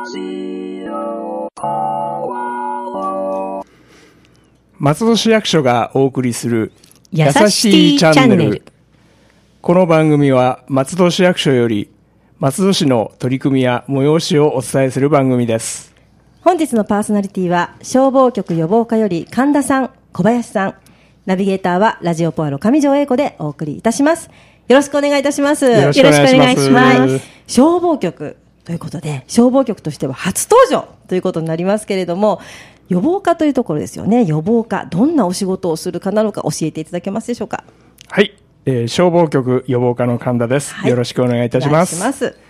松戸市役所がお送りするやさしいチャンネル。 この番組は松戸市役所より松戸市の取り組みや催しをお伝えする番組です。 本日のパーソナリティは消防局予防課より神田さん、小林さん、ナビゲーターはラジオポアロ上条英子でお送りいたします。よろしくお願いいたします。 よろしくお願いします。 消防局ということで、消防局としては初登場ということになりますけれども、予防課というところですよね。予防課、どんなお仕事をするかなのか教えていただけますでしょうか。 はい、消防局予防課の神田です、はい、よろしくお願いいたします。 お願いします。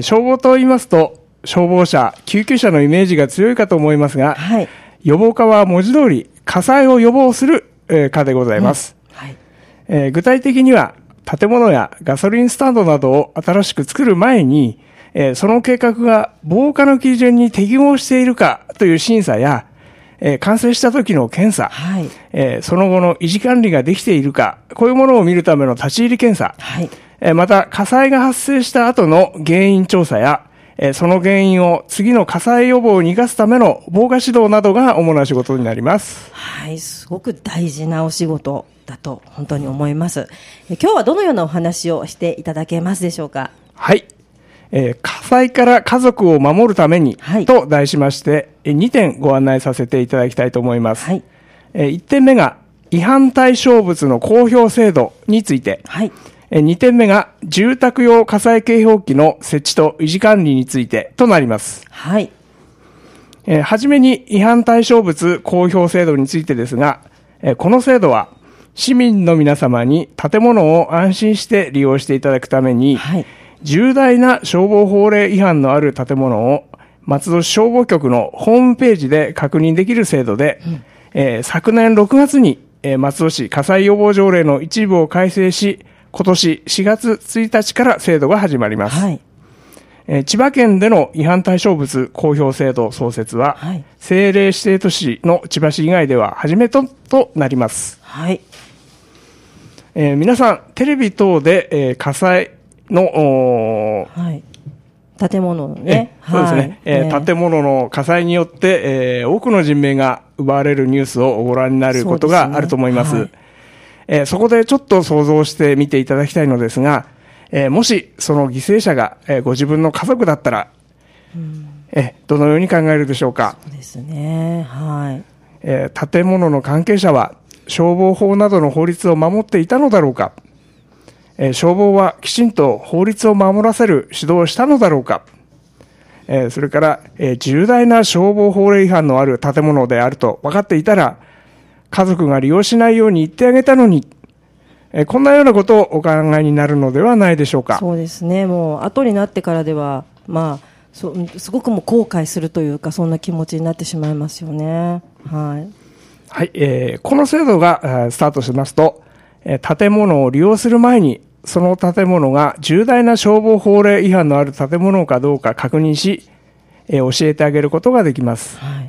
消防と言いますと消防車、救急車のイメージが強いかと思いますが、 はい、 予防課は文字通り火災を予防する、課でございます、はい、具体的には建物やガソリンスタンドなどを新しく作る前に、その計画が防火の基準に適合しているかという審査や、完成した時の検査、はい、その後の維持管理ができているか、こういうものを見るための立ち入り検査、はい、また火災が発生した後の原因調査や、その原因を次の火災予防に生かすための防火指導などが主な仕事になります。 はい、すごく大事なお仕事だと本当に思います。今日はどのようなお話をしていただけますでしょうか。 はい、火災から家族を守るために、はい、と題しまして2点ご案内させていただきたいと思います、はい、1点目が違反対象物の公表制度について、はい、2点目が住宅用火災警報器の設置と維持管理についてとなります、はい。はじめに違反対象物公表制度についてですが、この制度は市民の皆様に建物を安心して利用していただくために、はい、重大な消防法令違反のある建物を松戸市消防局のホームページで確認できる制度で、昨年6月に、松戸市火災予防条例の一部を改正し、今年4月1日から制度が始まります、はい。千葉県での違反対象物公表制度創設は、はい、政令指定都市の千葉市以外では初めてとなります、はい。皆さんテレビ等で、火災の、はい、 建物のね、 そうですね、はい、建物の火災によって、多くの人命が奪われるニュースをご覧になることがあると思います。そうですね、はい。そこでちょっと想像してみていただきたいのですが、もしその犠牲者が、ご自分の家族だったら、どのように考えるでしょうか。 そうですね、はい。 建物の関係者は消防法などの法律を守っていたのだろうか。消防はきちんと法律を守らせる指導をしたのだろうか。それから、重大な消防法令違反のある建物であると分かっていたら、家族が利用しないように言ってあげたのに、こんなようなことをお考えになるのではないでしょうか。 そうですね、もう後になってからでは、すごくもう後悔するというか、そんな気持ちになってしまいますよね。はい。 はい、この制度がスタートしますと、建物を利用する前にその建物が重大な消防法令違反のある建物かどうか確認し、教えてあげることができます、はい。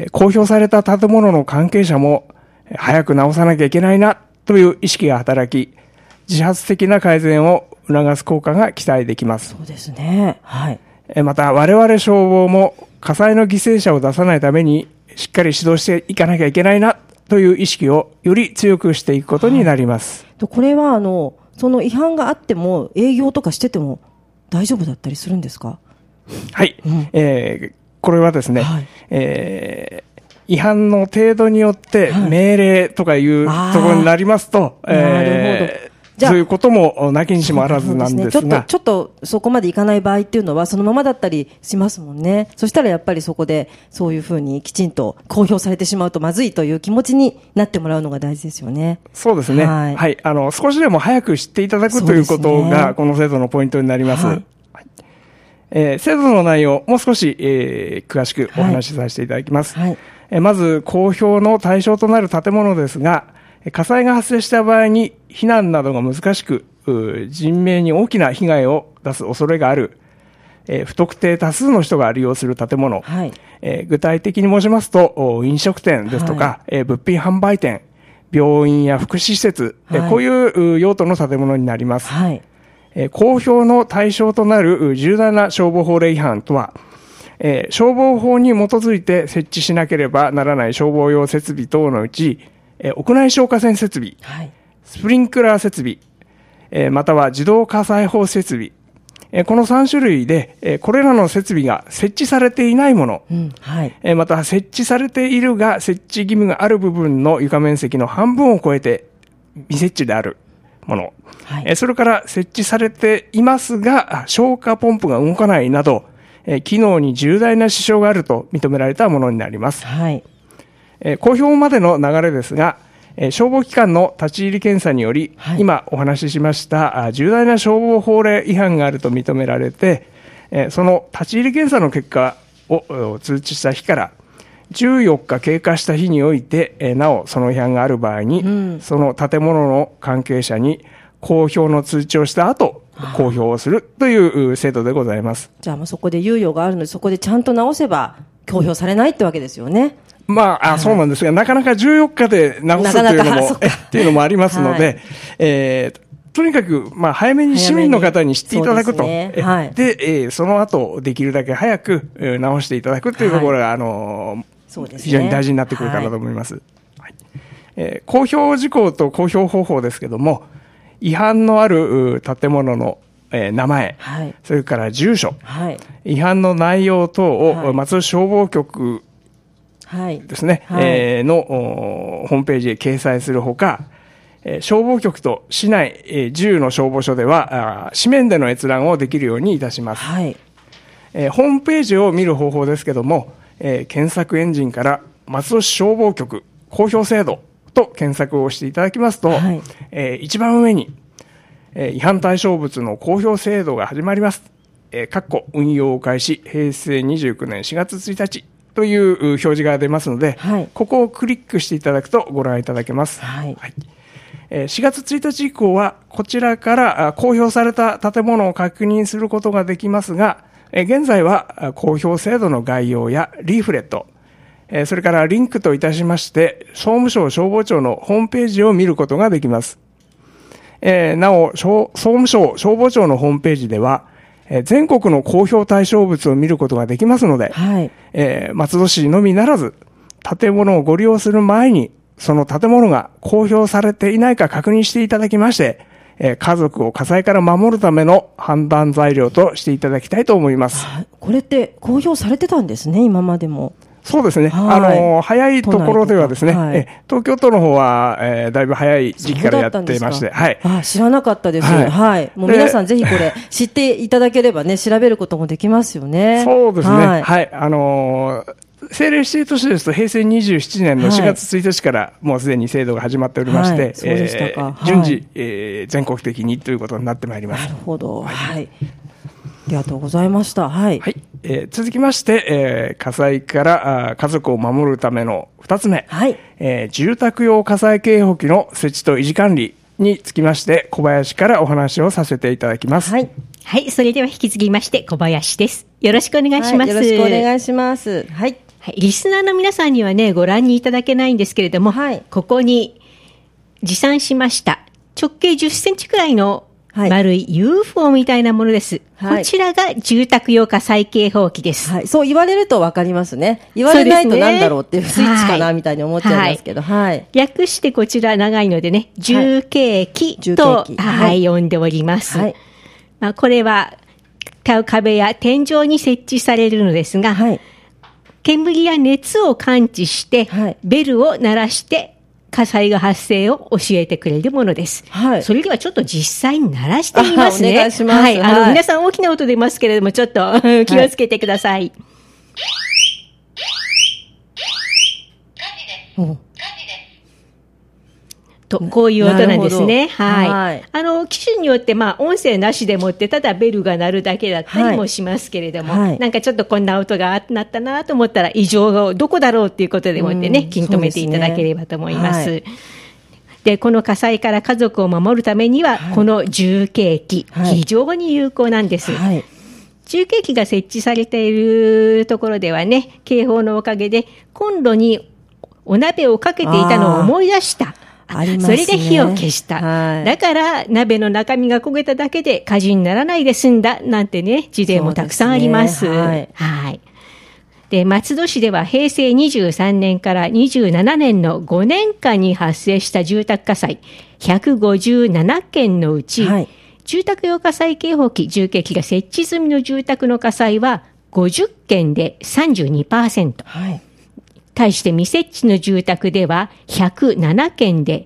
公表された建物の関係者も早く直さなきゃいけないなという意識が働き、自発的な改善を促す効果が期待できます。 そうですね、はい。 また我々消防も火災の犠牲者を出さないためにしっかり指導していかなきゃいけないなという意識をより強くしていくことになります、 はい。これはその違反があっても営業とかしてても大丈夫だったりするんですか。 はい、これはですね、はい、違反の程度によって命令とかいうところになりますと、なるほど、そういうこともなきにしもあらずなんですが、 ちょっとそこまでいかない場合っていうのはそのままだったりしますもんね。そしたらやっぱりそこでそういうふうにきちんと公表されてしまうとまずいという気持ちになってもらうのが大事ですよね。 そうですね、はい、はい、少しでも早く知っていただくということがこの制度のポイントになります、はい。制度の内容もう少し、詳しくお話しさせていただきます、はい。まず公表の対象となる建物ですが、火災が発生した場合に避難などが難しく人命に大きな被害を出す恐れがある、不特定多数の人が利用する建物、はい。具体的に申しますと飲食店ですとか、はい、物品販売店、病院や福祉施設、はい、こういう用途の建物になります、はい。公表の対象となる重大な消防法令違反とは、 消防法に基づいて設置しなければならない消防用設備等のうち、屋内消火栓設備、はい、スプリンクラー設備、または自動火災報設備、この3種類で、これらの設備が設置されていないもの、はい、また設置されているが設置義務がある部分の床面積の半分を超えて未設置であるもの、はい、それから設置されていますが消火ポンプが動かないなど、機能に重大な支障があると認められたものになります。はい、公表までの流れですが、消防機関の立ち入り検査により、はい、今お話ししました重大な消防法令違反があると認められて、その立ち入り検査の結果を通知した日から14日経過した日において、なおその違反がある場合に、その建物の関係者に公表の通知をした後公表をするという制度でございます。 じゃあ、そこで猶予があるのでそこでちゃんと直せば公表されないってわけですよね。 まあ、そうなんですが、なかなか14日で直すというのもっていうのもありますので、はい、とにかく、早めに市民の方に知っていただくと。はい、で、その後、できるだけ早く直していただくというところが、そうですね、非常に大事になってくるかなと思います。はい、公表事項と公表方法ですけども、違反のある建物の名前、はい、それから住所、はい、違反の内容等を松戸市消防局ですね、はいのホームページへ掲載するほか、消防局と市内10の消防署では紙面での閲覧をできるようにいたします。はい、ホームページを見る方法ですけども、検索エンジンから松戸市消防局公表制度と検索をしていただきますと、はい一番上に違反対象物の公表制度が始まります。運用開始平成29年4月1日という表示が出ますので、はい、ここをクリックしていただくとご覧いただけます。はいはい4月1日以降はこちらから公表された建物を確認することができますが、現在は公表制度の概要やリーフレット、それからリンクといたしまして総務省消防庁のホームページを見ることができます。なお総務省消防庁のホームページでは全国の公表対象物を見ることができますので、はい松戸市のみならず建物をご利用する前にその建物が公表されていないか確認していただきまして、家族を火災から守るための判断材料としていただきたいと思います。 これって公表されてたんですね、今までも。 そうですね、はい、早いところではですね、はい、東京都の方は、だいぶ早い時期からやってまして、はい、 知らなかったです、はいはい、もう皆さんぜひこれ知っていただければね、調べることもできますよね。 そうですね、はいはい政令指定都市ですと平成27年の4月1日からもうすでに制度が始まっておりまして、順次、全国的にということになってまいります。 なるほど、はいありがとうございました。はい。 はい続きまして、火災から家族を守るための2つ目、はい住宅用火災警報器の設置と維持管理につきまして小林からお話をさせていただきます。 はい、はい、それでは引き継ぎまして小林です。よろしくお願いします。 よろしくお願いします。はい。 はい、リスナーの皆さんにはねご覧にいただけないんですけれども、はい、ここに持参しました直径10センチくらいの丸い UFO みたいなものです。はい、こちらが住宅用火災警報器です。 はい、そう言われると分かりますね。言われないとなんだろうっていうスイッチかなみたいに思っちゃいますけど、はい。 略してこちら長いのでね、重警器と、呼んでおります。はいこれは壁や天井に設置されるのですが、はい、煙や熱を感知して、ベルを鳴らして火災が発生を教えてくれるものです。はい、それではちょっと実際に鳴らしてみますね。 お願いします。 はい、皆さん大きな音出ますけれども、ちょっと気をつけてください。とこういう音なんですね。はい。機種によって音声なしでもってただベルが鳴るだけだったりもしますけれども、なんかちょっとこんな音が鳴ったなと思ったら異常がどこだろうっていうことでもってね、気に留めていただければと思います。でこの火災から家族を守るためには、この重警器、非常に有効なんです。重警器が設置されているところではね、警報のおかげでコンロにお鍋をかけていたのを思い出した。それで火を消した。だから鍋の中身が焦げただけで火事にならないで済んだなんてね、事例もたくさんあります。はい。 で、松戸市では平成23年から27年の5年間に発生した住宅火災157件のうち、はい、住宅用火災警報器、重警器が設置済みの住宅の火災は50件で 32%、はい、対して未設置の住宅では107件で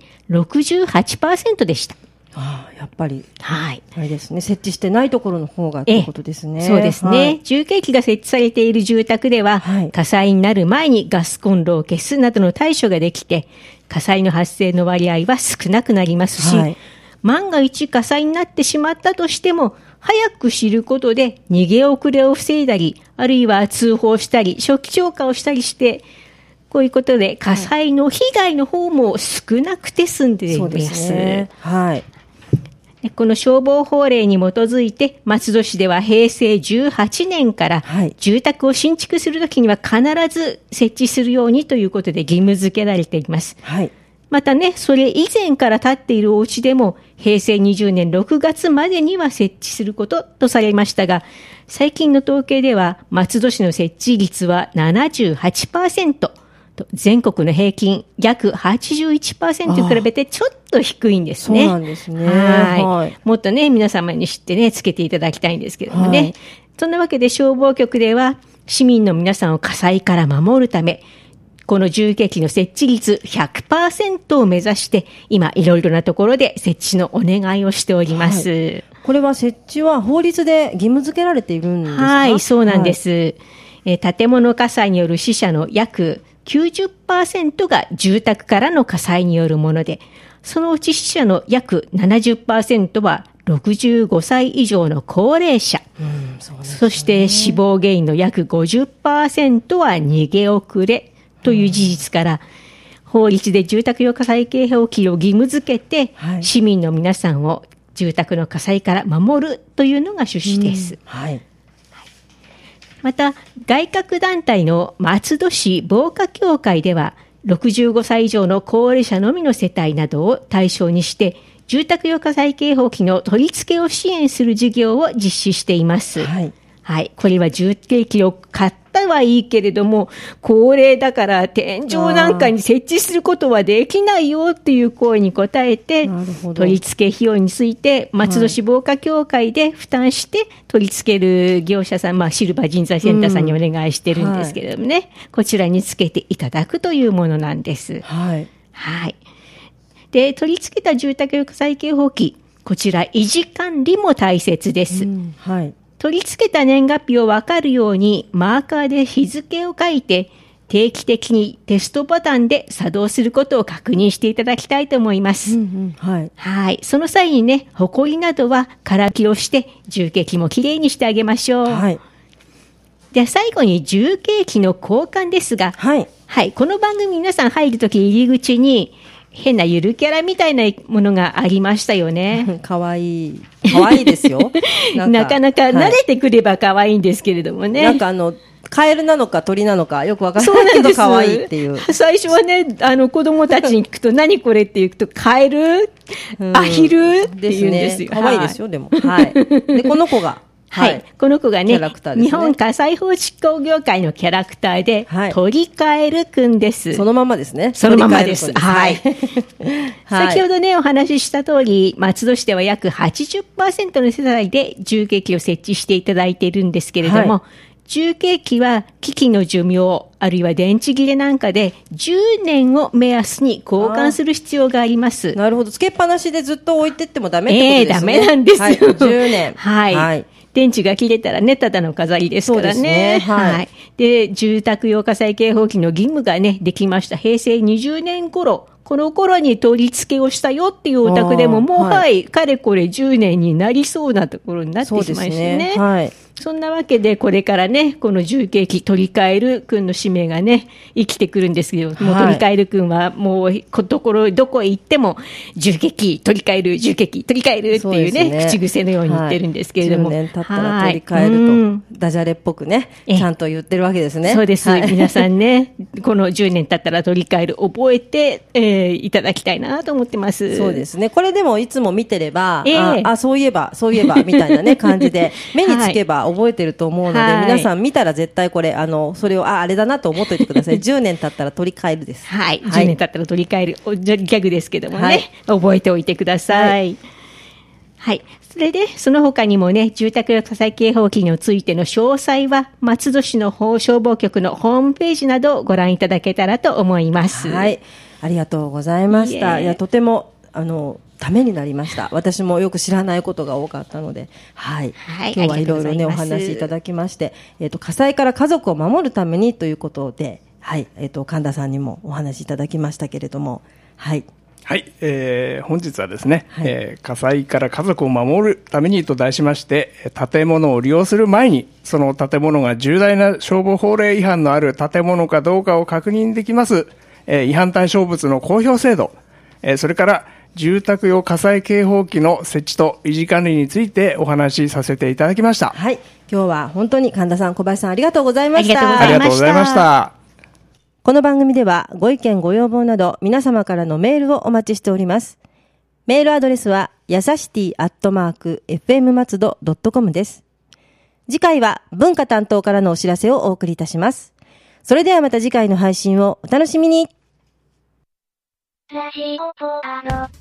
68% でした。 やっぱり、はい、あれですね、設置してないところの方がということですね。 そうですね、はい、重警器が設置されている住宅では、はい、火災になる前にガスコンロを消すなどの対処ができて、火災の発生の割合は少なくなりますし、はい、万が一火災になってしまったとしても、早く知ることで逃げ遅れを防いだり、あるいは通報したり、初期消火をしたりして、こういうことで火災の被害の方も少なくて済んでいます。そうですね。はい。この消防法令に基づいて、松戸市では平成18年から住宅を新築するときには必ず設置するようにということで義務付けられています。はい。またね、それ以前から建っているお家でも平成20年6月までには設置することとされましたが、最近の統計では松戸市の設置率は 78%。全国の平均約 81% に比べてちょっと低いんですね。 そうなんですね。 はい。もっとね、皆様に知ってね、つけていただきたいんですけどもね。はい、そんなわけで消防局では市民の皆さんを火災から守るため、この重警器の設置率 100% を目指して、今いろいろなところで設置のお願いをしております。はい、 これは設置は法律で義務付けられているんですか？ はい、そうなんです。はい、建物火災による死者の約90% が住宅からの火災によるもので、そのうち死者の約 70% は65歳以上の高齢者、そして死亡原因の約 50% は逃げ遅れという事実から、法律で住宅用火災警報器を義務付けて、市民の皆さんを住宅の火災から守るというのが趣旨です。はい。また、外郭団体の松戸市防火協会では、65歳以上の高齢者のみの世帯などを対象にして、住宅用火災警報器の取り付けを支援する事業を実施しています。はい。はい。これは重警器を買ったはいいけれども、高齢だから天井なんかに設置することはできないよっていう声に応えて、取り付け費用について松戸市防火協会で負担して取り付ける業者さん、シルバー人材センターさんにお願いしてるんですけれどもね、はい、こちらにつけていただくというものなんです。はい。はい。で、取り付けた住宅用火災警報器、こちら維持管理も大切です。はい。取り付けた年月日を分かるようにマーカーで日付を書いて定期的にテストボタンで作動することを確認していただきたいと思います。はい。はい。その際にね、ホコリなどは空気をして重警器もきれいにしてあげましょう。はい。で、最後に重警器の交換ですが、はい。はい。この番組皆さん入るとき入り口に変なゆるキャラみたいなものがありましたよね。 かわいい。かわいいですよ。 なかなか慣れてくればかわいいんですけれどもね。 なんかカエルなのか鳥なのかよくわからないけどかわいいっていう。 最初はね、子供たちに聞くと何これって言うと、カエル、アヒルって言うんですよ。 かわいいですよ、でも。はい。で、この子が。 はい。この子がね、日本火災報知工業会のキャラクターで、鳥カエルくんです。 そのままですね。 そのままです。はい。先ほどね、お話しした通り、松戸市では約 80% の世帯で重警器を設置していただいているんですけれども、重警器は機器の寿命、あるいは電池切れなんかで10年を目安に交換する必要があります。 なるほど。つけっぱなしでずっと置いてってもダメってことですね。 ダメなんですよ。はい、 10年。 はい。電池が切れたらね、ただの飾りですからね。そうですね。はい。で、住宅用火災警報器の義務がね、できました。平成20年頃。この頃に取り付けをしたよっていうお宅でも、もうかれこれ10年になりそうなところになってしまいましたね。はい。そんなわけで、これからね、この重警器取り替えるくんの使命がね、生きてくるんですけど、もう取り替えるくんはもうどこへ行っても、重警器取り替える、重警器取り替えるっていうね、口癖のように言ってるんですけれども。 10年経ったら取り替えると、ダジャレっぽくね、ちゃんと言ってるわけですね。 そうです。皆さんね、この10年経ったら取り替える、覚えて、いただきたいなと思ってます。 そうですね。これでもいつも見てれば、そういえば、みたいなね、感じで、目につけば、 は覚えてると思うので、皆さん見たら絶対これ、それを、あれだなと思っといてください。10年経ったら取り替えるです。 はい。10年経ったら取り替える。ギャグですけどもね。覚えておいてください。はい。それで、その他にもね、住宅火災警報器についての詳細は、松戸市の消防局のホームページなどをご覧いただけたらと思います。 はい。ありがとうございました。いや、とても、ためになりました。私もよく知らないことが多かったので、はい。今日はいろいろね、お話しいただきまして、火災から家族を守るためにということで、はい。神田さんにもお話しいただきましたけれども、はい。 はい、本日はですね、火災から家族を守るためにと題しまして、建物を利用する前に、その建物が重大な消防法令違反のある建物かどうかを確認できます、違反対象物の公表制度、それから住宅用火災警報器の設置と維持管理についてお話しさせていただきました。 はい、今日は本当に神田さん、小林さんありがとうございました。 ありがとうございました。 この番組ではご意見ご要望など皆様からのメールをお待ちしております。メールアドレスはやさしティ@fm松戸.com です。次回は文化担当からのお知らせをお送りいたします。それではまた次回の配信をお楽しみに。ラジオポアド